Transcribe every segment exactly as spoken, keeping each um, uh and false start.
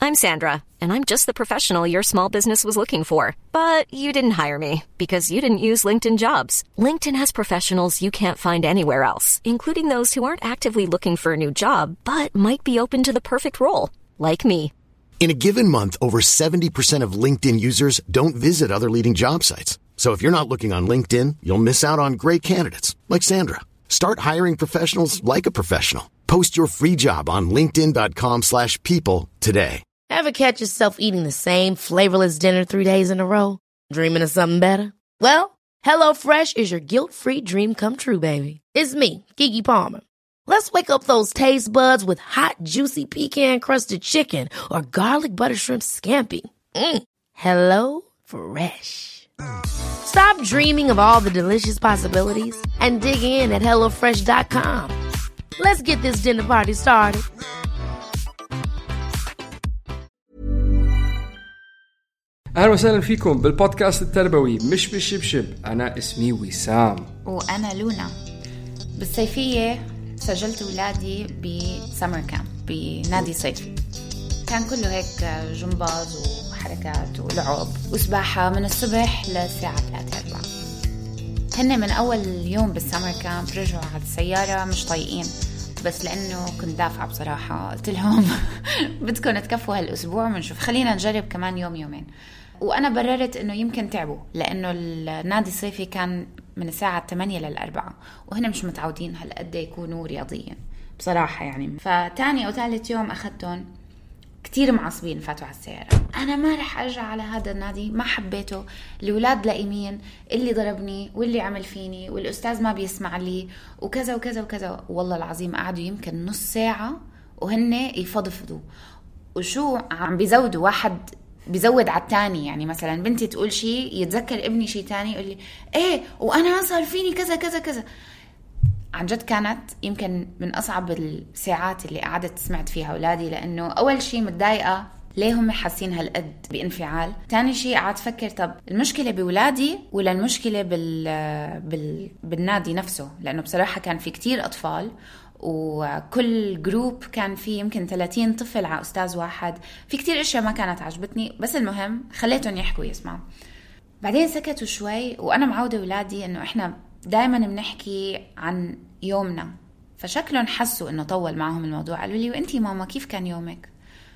I'm Sandra, and I'm just the professional your small business was looking for. But you didn't hire me because you didn't use LinkedIn Jobs. LinkedIn has professionals you can't find anywhere else, including those who aren't actively looking for a new job, but might be open to the perfect role, like me. In a given month, over seventy percent of LinkedIn users don't visit other leading job sites. So if you're not looking on LinkedIn, you'll miss out on great candidates like Sandra. Start hiring professionals like a professional. Post your free job on linkedin.com slash people today. Ever catch yourself eating the same flavorless dinner three days in a row? Dreaming of something better? Well, HelloFresh is your guilt-free dream come true, baby. It's me, Keke Palmer. Let's wake up those taste buds with hot, juicy pecan-crusted chicken or garlic butter shrimp scampi. Mm. Hello Fresh. Stop dreaming of all the delicious possibilities and dig in at hello fresh dot com. Let's get this dinner party started. أهلا وسهلا فيكم بالبودكاست التربوي مش بالشبشب. أنا اسمي وسام وأنا لونا. بالصيفية سجلت أولادي بسمر كامب بنادي صيفي، كان كله هيك جمباز وحركات ولعب وسباحة من الصبح للساعة ثلاثة أربعة. هن من أول يوم بالسمر كامب رجعوا على السيارة مش طايقين، بس لأنه كنت دافعة بصراحة قلت لهم بدكم تكفوا هالأسبوع ونشوف، خلينا نجرب كمان يوم يومين. وأنا بررت إنه يمكن تعبوا لأنه النادي الصيفي كان من الساعة ثمانية للأربعة، وهنا مش متعودين هالقد يكونوا رياضيين بصراحة يعني. فتاني أو ثالث يوم أخذتهم كتير معصبين، فاتوا على السيارة. أنا ما رح أرجع على هذا النادي، ما حبيته، الأولاد لئيمين، اللي ضربني واللي عمل فيني والأستاذ ما بيسمع لي وكذا وكذا وكذا. والله العظيم قعدوا يمكن نص ساعة وهن يفضفضوا، وشو عم بيزودوا، واحد بيزود على التاني. يعني مثلا بنتي تقول شيء يتذكر ابني شيء تاني يقول لي ايه وأنا صار فيني كذا كذا كذا. عن جد كانت يمكن من أصعب الساعات اللي قعدت سمعت فيها أولادي، لأنه أول شيء متضايقة ليه هم حاسين هالقد بانفعال. تاني شيء قعدت فكر طب المشكلة بولادي ولا المشكلة بال... بال... بالنادي نفسه، لأنه بصراحة كان في كتير أطفال وكل جروب كان فيه يمكن ثلاثين طفل على أستاذ واحد. في كتير أشياء ما كانت عجبتني، بس المهم خليتهم يحكوا يسمعوا. بعدين سكتوا شوي، وأنا معودة أولادي أنه إحنا دايما بنحكي عن يومنا، فشكلهم حسوا انه طول معهم الموضوع. قالوا لي وانتي ماما كيف كان يومك؟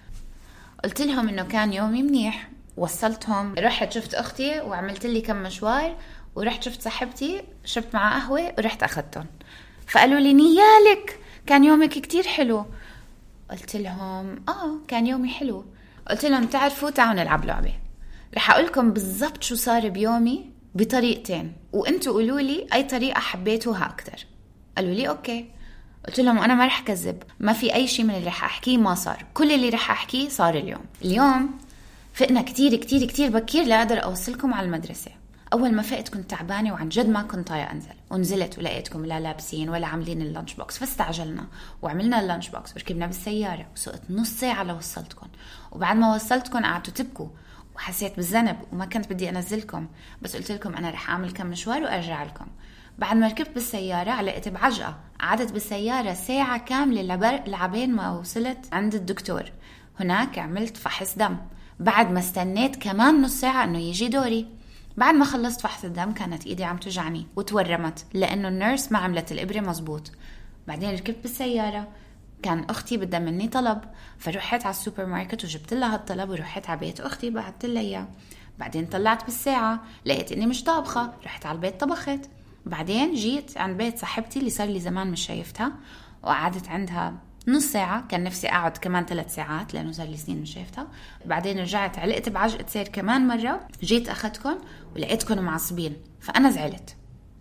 قلت لهم انه كان يومي منيح. وصلتهم، رحت شفت اختي وعملت لي كم مشوار، ورحت شفت صاحبتي شربت معها قهوة ورحت اخذتهم. فقالوا لي نيالك كان يومك كتير حلو. قلت لهم اه كان يومي حلو. قلت لهم تعرفوا تعالوا نلعب لعبة، رح اقول لكم بالضبط شو صار بيومي بطريقتين، وانتوا قولوا لي اي طريقة حبيتوها اكتر. قالوا لي اوكي. قلت لهم انا ما رح كذب، ما في اي شيء من اللي رح احكيه ما صار، كل اللي رح احكيه صار اليوم. اليوم فقنا كتير كتير كتير بكير لأقدر اوصلكم على المدرسة. اول ما فقت كنت تعبانة وعن جد ما كنت طايقة انزل، ونزلت ولقيتكم لا لابسين ولا عاملين اللانش بوكس، فاستعجلنا وعملنا اللانش بوكس وركبنا بالسيارة وسقت نص ساعة لوصلتكم. وبعد ما وصلتكم قعدتوا تبكوا وحسيت بالذنب وما كنت بدي أنزلكم، بس قلت لكم أنا رح أعمل كم مشوار وأرجع لكم. بعد ما ركبت بالسيارة علقت بعجقة، قعدت بالسيارة ساعة كاملة لعبين ما وصلت عند الدكتور. هناك عملت فحص دم، بعد ما استنيت كمان نص ساعة أنه يجي دوري. بعد ما خلصت فحص الدم كانت إيدي عم توجعني وتورمت لأنه النيرس ما عملت الإبرة مزبوط. بعدين ركبت بالسيارة، كان أختي بدها مني طلب، فرحت على السوبر ماركت وجبت لها الطلب ورحت على بيت أختي بعثت لها إياه. بعدين طلعت بالساعة لقيت إني مش طابخة، رحت على البيت طبخت. بعدين جيت عند بيت صاحبتي اللي صار لي زمان مش شايفتها، وقعدت عندها نص ساعة، كان نفسي أقعد كمان ثلاث ساعات لأنه صار لي سنين مش شايفتها. بعدين رجعت علقت بعجقة سير كمان مرة، جيت أخذتكم ولقيتكم معصبين، فأنا زعلت.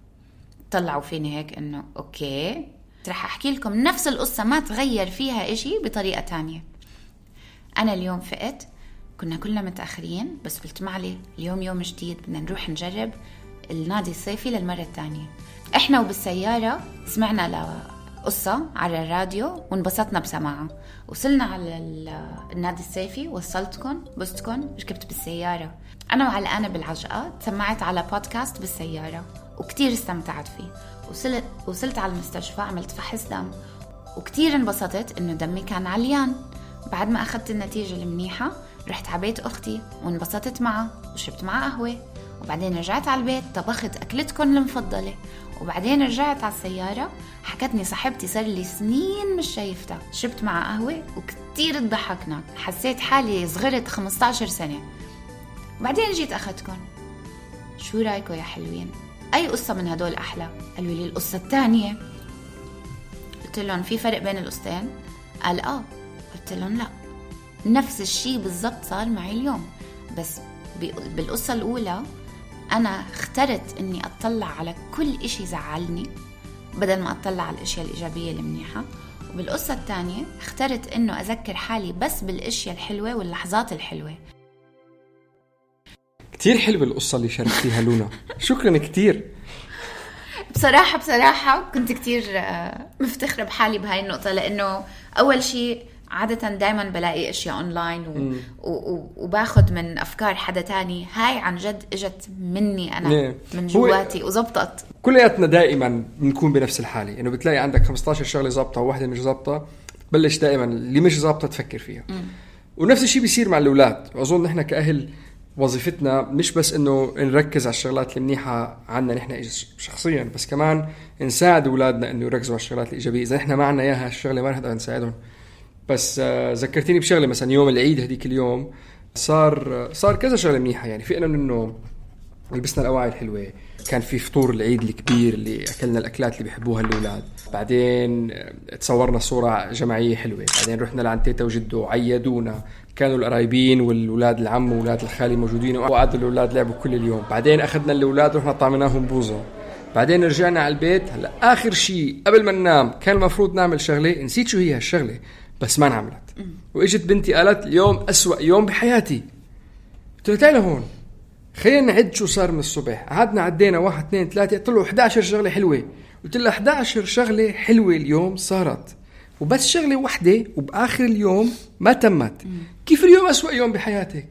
طلعوا فيني هيك إنه أوكي رح أحكي لكم نفس القصة ما تغير فيها إشي بطريقة تانية. أنا اليوم فقت كنا كلنا متأخرين، بس قلت معلي اليوم يوم جديد بدنا نروح نجرب النادي الصيفي للمرة الثانية. إحنا وبالسيارة سمعنا لقصة على الراديو وانبسطنا بسماعها. وصلنا على النادي الصيفي، وصلتكم بستكم، ركبت بالسيارة أنا وعلقانة بالعجقات، سمعت على بودكاست بالسيارة وكتير استمتعت فيه. وصلت, وصلت على المستشفى، عملت فحص دم وكتير انبسطت إنه دمي كان عليان. بعد ما أخذت النتيجة المنيحة رحت على بيت أختي وانبسطت معها وشربت معها قهوة، وبعدين رجعت على البيت طبخت أكلتكم المفضلة، وبعدين رجعت على السيارة حكتني صاحبتي صار لي سنين مش شايفتها، شربت معها قهوة وكتير اتضحكنا، حسيت حالي صغرت خمسة عشر سنة. وبعدين جيت أخذتكم، شو رأيكم يا حلوين؟ أي قصة من هدول أحلى؟ قالوا لي القصة الثانية. قلت لهم في فرق بين القصتين؟ قال آه. قلت لهم لا، نفس الشيء بالضبط صار معي اليوم، بس بالقصة الأولى أنا اخترت أني أطلع على كل إشي زعلني بدل ما أطلع على الأشياء الإيجابية المنيحة، وبالقصة الثانية اخترت أنه أذكر حالي بس بالأشياء الحلوة واللحظات الحلوة. كتير حلوة القصة اللي شاركتيها لونا، شكرا كتير. بصراحة بصراحة كنت كتير مفتخرة بحالي بهاي النقطة، لأنه أول شيء عادة دايما بلاقي اشياء اونلاين و... و... وباخد من افكار حدا تاني، هاي عن جد اجت مني انا نيه. من جواتي وزبطت. كلياتنا دائما بنكون بنفس الحالة، انه يعني بتلاقي عندك خمسة عشر شغلة زبطة وواحدة مش زبطة، بلش دائما اللي مش زبطة تفكر فيها. م. ونفس الشيء بيصير مع الاولاد، واظن نحن كاهل وظيفتنا مش بس انه نركز على الشغلات المنيحة عنا نحن شخصيا، بس كمان نساعد اولادنا انه يركزوا على الشغلات الايجابية. اذا نحن معنا اياها الشغلة ما نقدر نساعدهم. بس ذكرتيني بشغله، مثلا يوم العيد هديك اليوم صار صار كذا شغله منيحه، يعني في انه لبسنا الاواعي الحلوه، كان في فطور العيد الكبير اللي اكلنا الاكلات اللي بيحبوها الاولاد، بعدين تصورنا صوره جماعيه حلوه، بعدين رحنا لعند تيتا وجدو عيدونا، كانوا القرايبين والولاد العم واولاد الخالي موجودين وقعدوا الاولاد لعبوا كل اليوم، بعدين اخذنا الاولاد رحنا طعمناهم بوزه، بعدين رجعنا على البيت. هلا اخر شيء قبل ما ننام كان المفروض نعمل شغله، نسيت شو هي هالشغله بس ما انعملت، واجت بنتي قالت اليوم أسوأ يوم بحياتي. قلت لها تعالي هون خلينا نعد شو صار من الصبح. قعدنا عدينا واحد اثنين ثلاثة، طلعوا إحدى عشرة شغلة حلوة. قلت لها إحدى عشرة شغلة حلوة اليوم صارت، وبس شغلة واحدة وبآخر اليوم ما تمت. كيف اليوم أسوأ يوم بحياتك؟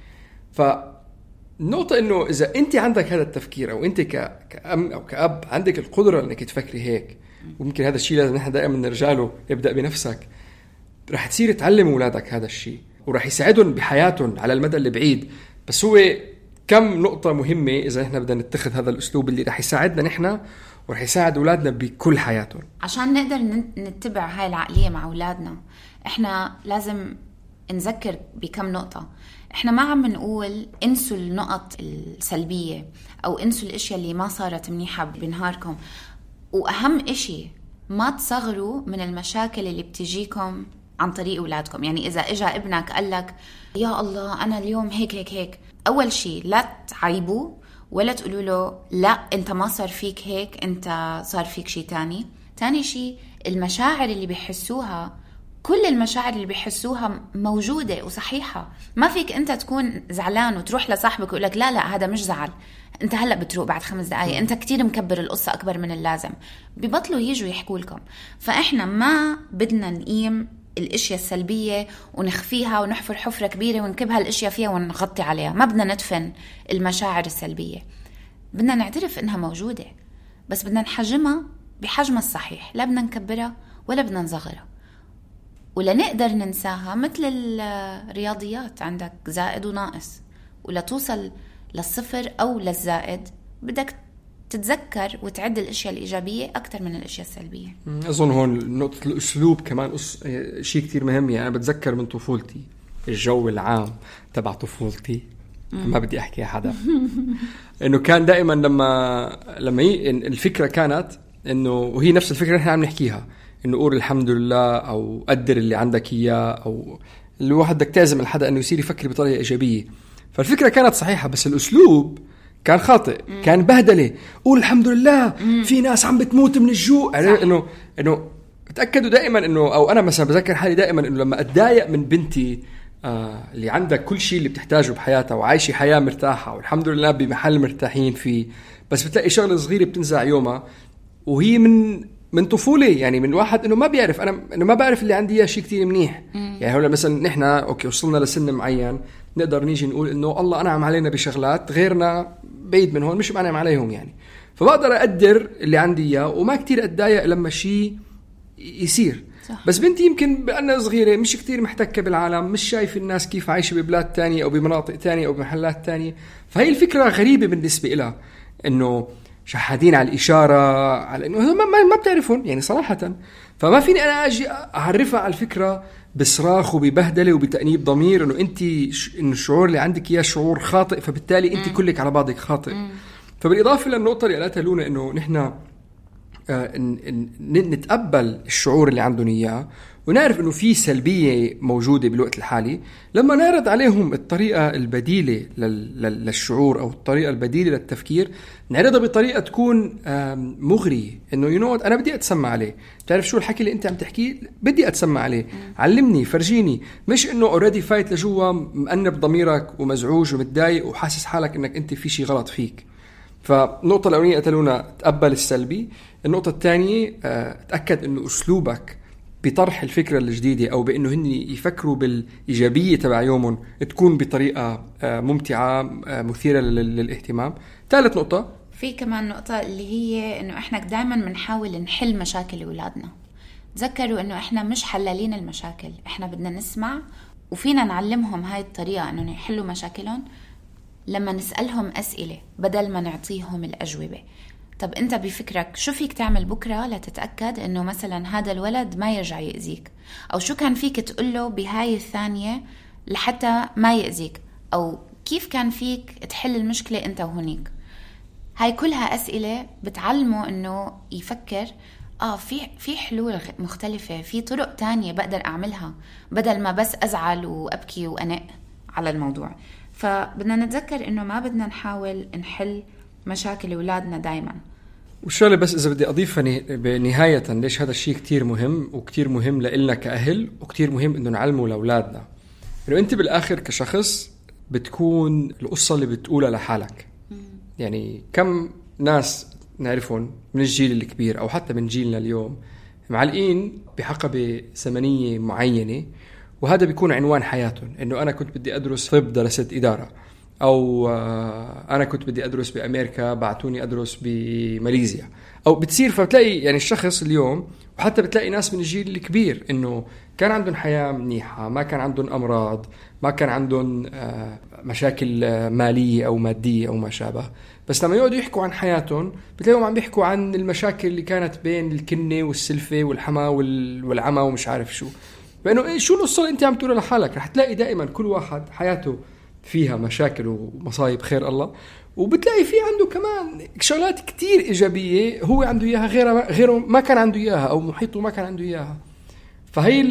فالنقطة إنه إذا أنت عندك هذا التفكير، أو أنت كأم أو كأب عندك القدرة إنك تفكري هيك، وممكن هذا الشيء لازم نحن دائما نرجع له، يبدأ بنفسك، رح تصير تعلم أولادك هذا الشيء ورح يساعدهم بحياتهم على المدى البعيد. بس هو كم نقطة مهمة إذا إحنا بدنا نتخذ هذا الأسلوب اللي رح يساعدنا نحن ورح يساعد أولادنا بكل حياتهم. عشان نقدر نتبع هاي العقلية مع أولادنا إحنا لازم نذكر بكم نقطة. إحنا ما عم نقول انسوا النقط السلبية أو انسوا الأشياء اللي ما صارت منيحة بنهاركم، وأهم إشي ما تصغروا من المشاكل اللي بتجيكم عن طريق أولادكم. يعني إذا إجا ابنك قال لك يا الله أنا اليوم هيك هيك هيك، أول شيء لا تعيبوا ولا تقولوا له لا أنت ما صار فيك هيك، أنت صار فيك شيء تاني. تاني شيء المشاعر اللي بيحسوها، كل المشاعر اللي بيحسوها موجودة وصحيحة. ما فيك أنت تكون زعلان وتروح لصاحبك ويقول لك لا لا هذا مش زعل، أنت هلأ بتروق بعد خمس دقايق، أنت كتير مكبر القصة أكبر من اللازم. ببطلوا يجوا يحكوا لكم. فإحنا ما بدنا نقيم الاشياء السلبيه ونخفيها ونحفر حفره كبيره ونكبها الاشياء فيها ونغطي عليها. ما بدنا ندفن المشاعر السلبيه، بدنا نعترف انها موجوده، بس بدنا نحجمها بحجمها الصحيح، لا بدنا نكبرها ولا بدنا نصغرها. ولا نقدر ننساها مثل الرياضيات، عندك زائد وناقص، ولا توصل للصفر او للزائد بدك تتذكر وتعد الاشياء الايجابيه اكثر من الاشياء السلبيه. اظن هون نقطه الاسلوب كمان أس... شيء كتير مهم. يعني انا بتذكر من طفولتي الجو العام تبع طفولتي، ما بدي احكي حدا انه كان دائما لما لما ي... الفكره كانت انه، وهي نفس الفكره احنا عم نحكيها، انه قول الحمد لله او قدر اللي عندك اياه، او الواحد بدك تعزم الحدا انه يصير يفكر بطريقه ايجابيه. فالفكره كانت صحيحه بس الاسلوب كان خاطئ. مم. كان بهدله، قول الحمد لله. مم. في ناس عم بتموت من الجوع. انه انه تاكدوا دائما انه، او انا مثلا بذكر حالي دائما انه لما اتضايق من بنتي آه اللي عندها كل شيء اللي بتحتاجه بحياتها وعايشه حياه مرتاحه والحمد لله بمحل مرتاحين فيه، بس بتلاقي شغله صغيره بتنزع يومها وهي من من طفوله، يعني من واحد انه ما بيعرف، انا انه ما بعرف اللي عندي شيء كتير منيح. مم. يعني هلا مثلا نحن اوكي وصلنا لسن معين نقدر نيجي نقول انه الله انعم علينا بشغلات غيرنا بعيد من هون مش معنى عليهم، يعني فبقدر أقدر اللي عندي إياه وما كتير أتضايق لما شيء يصير. صح. بس بنتي يمكن بأنها صغيرة مش كتير محتكة بالعالم، مش شايف الناس كيف عايشة ببلاد تانية أو بمناطق تانية أو بمحلات تانية، فهي الفكرة غريبة بالنسبة إلها إنه شحادين على الإشارة، على إنه ما, ما, ما بتعرفون يعني صراحة. فما فيني أنا أجي أعرفها على الفكرة بصراخ وببهدلة وبتأنيب ضمير إنه أنت إنه الشعور اللي عندك إياه شعور خاطئ، فبالتالي أنت كلك على بعضك خاطئ. م. فبالإضافة للنقطة اللي قالتها لونا إنه نحن آه نتقبل الشعور اللي عندهم إياه ونعرف إنه في سلبية موجودة بالوقت الحالي، لما نعرض عليهم الطريقة البديلة للشعور أو الطريقة البديلة للتفكير، نعرضها بطريقة تكون مغرية، إنه ينوت أنا بدي أتسمع عليه، تعرف شو الحكي اللي أنت عم تحكيه، بدي أتسمع عليه، علمني فرجيني، مش إنه أوريدي فايت لجوا مأنب ضميرك ومزعوج ومتضايق وحاسس حالك إنك أنت في شيء غلط فيك. فالنقطة الأولانية قتلونا تقبل السلبي. النقطة الثانية تأكد إنه أسلوبك بطرح الفكرة الجديدة أو بأنه هن يفكروا بالإيجابية تبع يومهم تكون بطريقة ممتعة مثيرة للاهتمام. ثالث نقطة، في كمان نقطة اللي هي إنه إحنا دائما بنحاول نحل مشاكل أولادنا. تذكروا إنه إحنا مش حلالين المشاكل، إحنا بدنا نسمع وفينا نعلمهم هاي الطريقة إنه يحلوا مشاكلهم لما نسألهم أسئلة بدل ما نعطيهم الأجوبة. طب أنت بفكرك شو فيك تعمل بكرة لتتأكد إنه مثلا هذا الولد ما يرجع يأذيك، أو شو كان فيك تقوله بهاي الثانية لحتى ما يأذيك، أو كيف كان فيك تحل المشكلة أنت وهنيك. هاي كلها أسئلة بتعلمه إنه يفكر آه في في حلول مختلفة، في طرق تانية بقدر أعملها بدل ما بس أزعل وأبكي وأنق على الموضوع. فبدنا نتذكر إنه ما بدنا نحاول نحل مشاكل أولادنا دايما. والشغله بس إذا بدي أضيفها بنهاية ليش هذا الشيء كتير مهم وكتير مهم لإلنا كأهل وكتير مهم إنه نعلمه لأولادنا، إنه أنت بالآخر كشخص بتكون القصة اللي بتقولها لحالك. يعني كم ناس نعرفهم من الجيل الكبير أو حتى من جيلنا اليوم معلقين بحقبة زمنية معينة، وهذا بيكون عنوان حياتهم، إنه أنا كنت بدي أدرس طب درست إدارة، أو أنا كنت بدي أدرس بأمريكا بعتوني أدرس بماليزيا، أو بتصير فبتلاقي يعني الشخص اليوم، وحتى بتلاقي ناس من الجيل الكبير إنه كان عندهم حياة منيحة، ما كان عندهم أمراض، ما كان عندهم مشاكل مالية أو مادية أو ما شابه، بس لما يقعدوا يحكوا عن حياتهم بتلاقيهم عم بيحكوا عن المشاكل اللي كانت بين الكنة والسلفة والحما والعمى ومش عارف شو. بأنه إيه شو القصة اللي أنت عم تقولها لحالك؟ رح تلاقي دائما كل واحد حياته فيها مشاكل ومصايب خير الله، وبتلاقي في عنده كمان شغلات كتير إيجابية هو عنده إياها غيره غيره ما كان عنده إياها، أو محيطه ما كان عنده إياها. فهي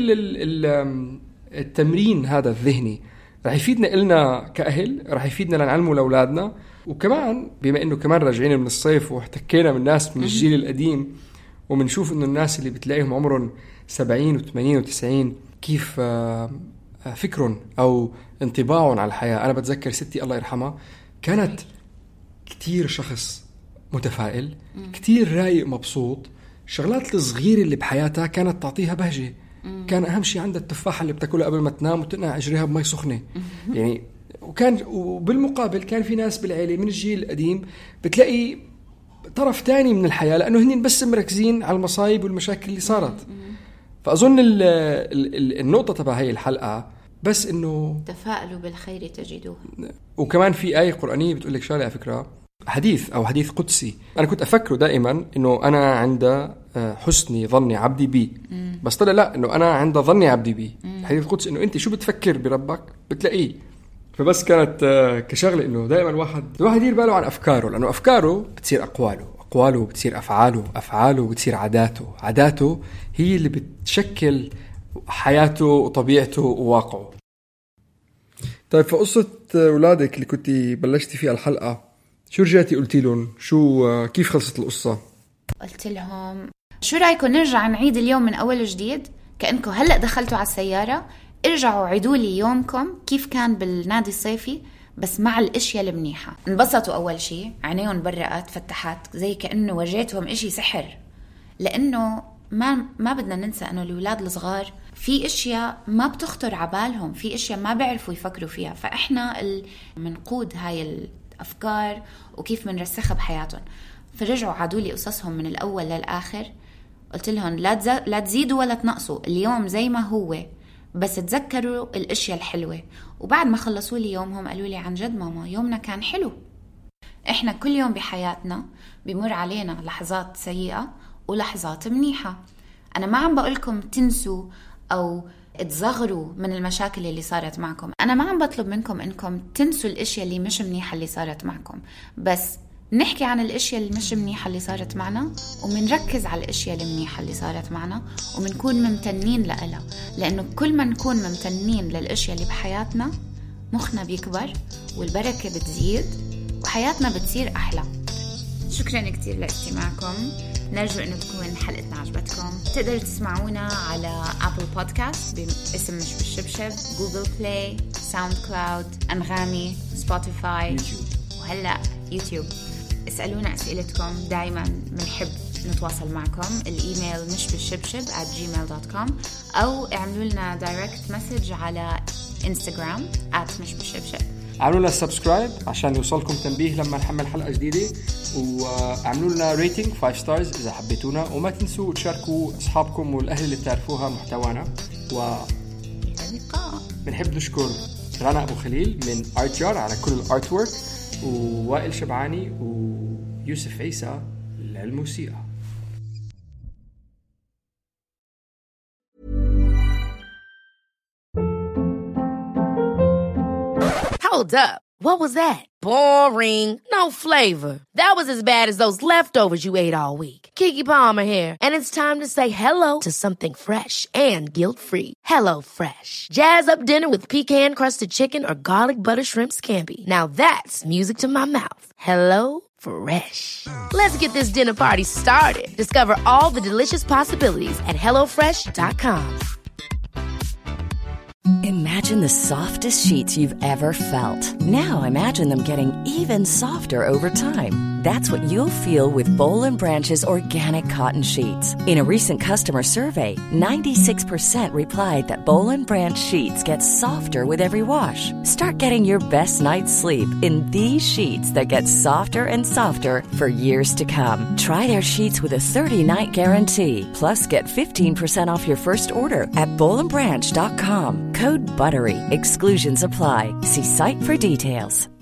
التمرين هذا الذهني رح يفيدنا إلنا كأهل، رح يفيدنا لنعلمه لأولادنا. وكمان بما إنه كمان راجعين من الصيف واحتكينا من ناس من الجيل القديم، ومنشوف إنه الناس اللي بتلاقيهم عمرهم سبعين وثمانين وتسعين كيف فكرهم أو انطباعهم على الحياة. أنا بتذكر ستي الله يرحمها كانت كتير شخص متفائل، كتير رايق مبسوط، شغلات الصغيرة اللي بحياتها كانت تعطيها بهجة. كان أهم شيء عندها التفاحة اللي بتاكلها قبل ما تنام وتنقع أجريها بمي سخنة يعني. وكان وبالمقابل كان في ناس بالعيلة من الجيل القديم بتلاقي طرف تاني من الحياة، لأنه هنين بس مركزين على المصايب والمشاكل اللي صارت. فأظن ال ال النقطة تبع هاي الحلقة بس إنه تفاءلوا بالخير تجدوه. وكمان في آية قرآنية بتقول لك شغلة على فكرة، حديث أو حديث قدسي أنا كنت أفكره دائما إنه أنا عند حسن ظني عبدي بي، بس طلع لا، إنه أنا عند ظني عبدي بي. الحديث القدسي إنه أنت شو بتفكر بربك بتلاقيه. فبس كانت كشغلة إنه دائما الواحد الواحد يدير باله عن أفكاره، لأنه أفكاره بتصير أقواله، أقواله بتصير أفعاله، أفعاله بتصير عاداته، عاداته هي اللي بتشكل حياته وطبيعته وواقعه. طيب فقصة أولادك اللي كنت بلشتي فيها الحلقة، شو رجعتي قلتي لهم؟ شو كيف خلصت القصة؟ قلت لهم شو رأيكم نرجع نعيد اليوم من أول وجديد، كأنكم هلأ دخلتوا على السيارة، ارجعوا عيدوا لي يومكم كيف كان بالنادي الصيفي بس مع الاشياء المنيحة. انبسطوا أول شيء، عينيهم برقت فتحت زي كأنه وجيتهم إشي سحر، لأنه ما ما بدنا ننسى أنه الأولاد الصغار في اشياء ما بتخطر عبالهم، في اشياء ما بيعرفوا يفكروا فيها، فإحنا منقود هاي الأفكار وكيف منرسخها بحياتهم. فرجعوا عادوا لي قصصهم من الأول للآخر، قلت لهم لا, تز... لا تزيدوا ولا تنقصوا، اليوم زي ما هو، بس تذكروا الاشياء الحلوة. وبعد ما خلصوا لي يومهم قالوا لي عن جد ماما يومنا كان حلو. احنا كل يوم بحياتنا بيمر علينا لحظات سيئة ولحظات منيحة. انا ما عم بقولكم تنسوا او تزغروا من المشاكل اللي صارت معكم، انا ما عم بطلب منكم انكم تنسوا الاشياء اللي مش منيحة اللي صارت معكم، بس نحكي عن الاشياء اللي مش منيحة اللي صارت معنا، ومنركز على الاشياء المنيحة اللي صارت معنا، ومنكون ممتنين لها، لانه كل ما نكون ممتنين للاشياء اللي بحياتنا مخنا بيكبر والبركة بتزيد وحياتنا بتصير احلى. شكرا كتير لاستماعكم، نرجو انه تكون حلقتنا عجبتكم. تقدروا تسمعونا على ابل بودكاست باسم مش بالشبشب، جوجل بلاي، ساوند كلاود، انغامي، سبوتيفاي، وهلا يوتيوب. اسألونا أسئلتكم، دايما بنحب نتواصل معكم. الإيميل مش بالشبشب at gmail dot com، أو اعملوا لنا دايركت مسج على إنستغرام at مش بالشبشب. اعملوا لنا سبسكرايب عشان يوصلكم تنبيه لما نحمل حلقة جديدة، واعملوا لنا ريتنج فايف ستارز إذا حبيتونا، وما تنسوا تشاركوا أصحابكم والأهل اللي بتعرفوها محتوانا. و اللقاء. بنحب نشكر رنا أبو خليل من آرتجار على كل الارت وورك، ووائل شبعاني ويوسف عيسى للموسيقى. Hold up. What was that? Boring. No flavor. That was as bad as those leftovers you ate all week. Keke Palmer here, and it's time to say hello to something fresh and guilt-free. Hello Fresh. Jazz up dinner with pecan-crusted chicken or garlic butter shrimp scampi. Now that's music to my mouth. Hello Fresh. Let's get this dinner party started. Discover all the delicious possibilities at hello fresh dot com. Imagine the softest sheets you've ever felt. Now imagine them getting even softer over time. That's what you'll feel with Boll and Branch's organic cotton sheets. In a recent customer survey, ninety-six percent replied that Boll and Branch sheets get softer with every wash. Start getting your best night's sleep in these sheets that get softer and softer for years to come. Try their sheets with a thirty-night guarantee. Plus, get fifteen percent off your first order at boll and branch dot com. Code BUTTERY. Exclusions apply. See site for details.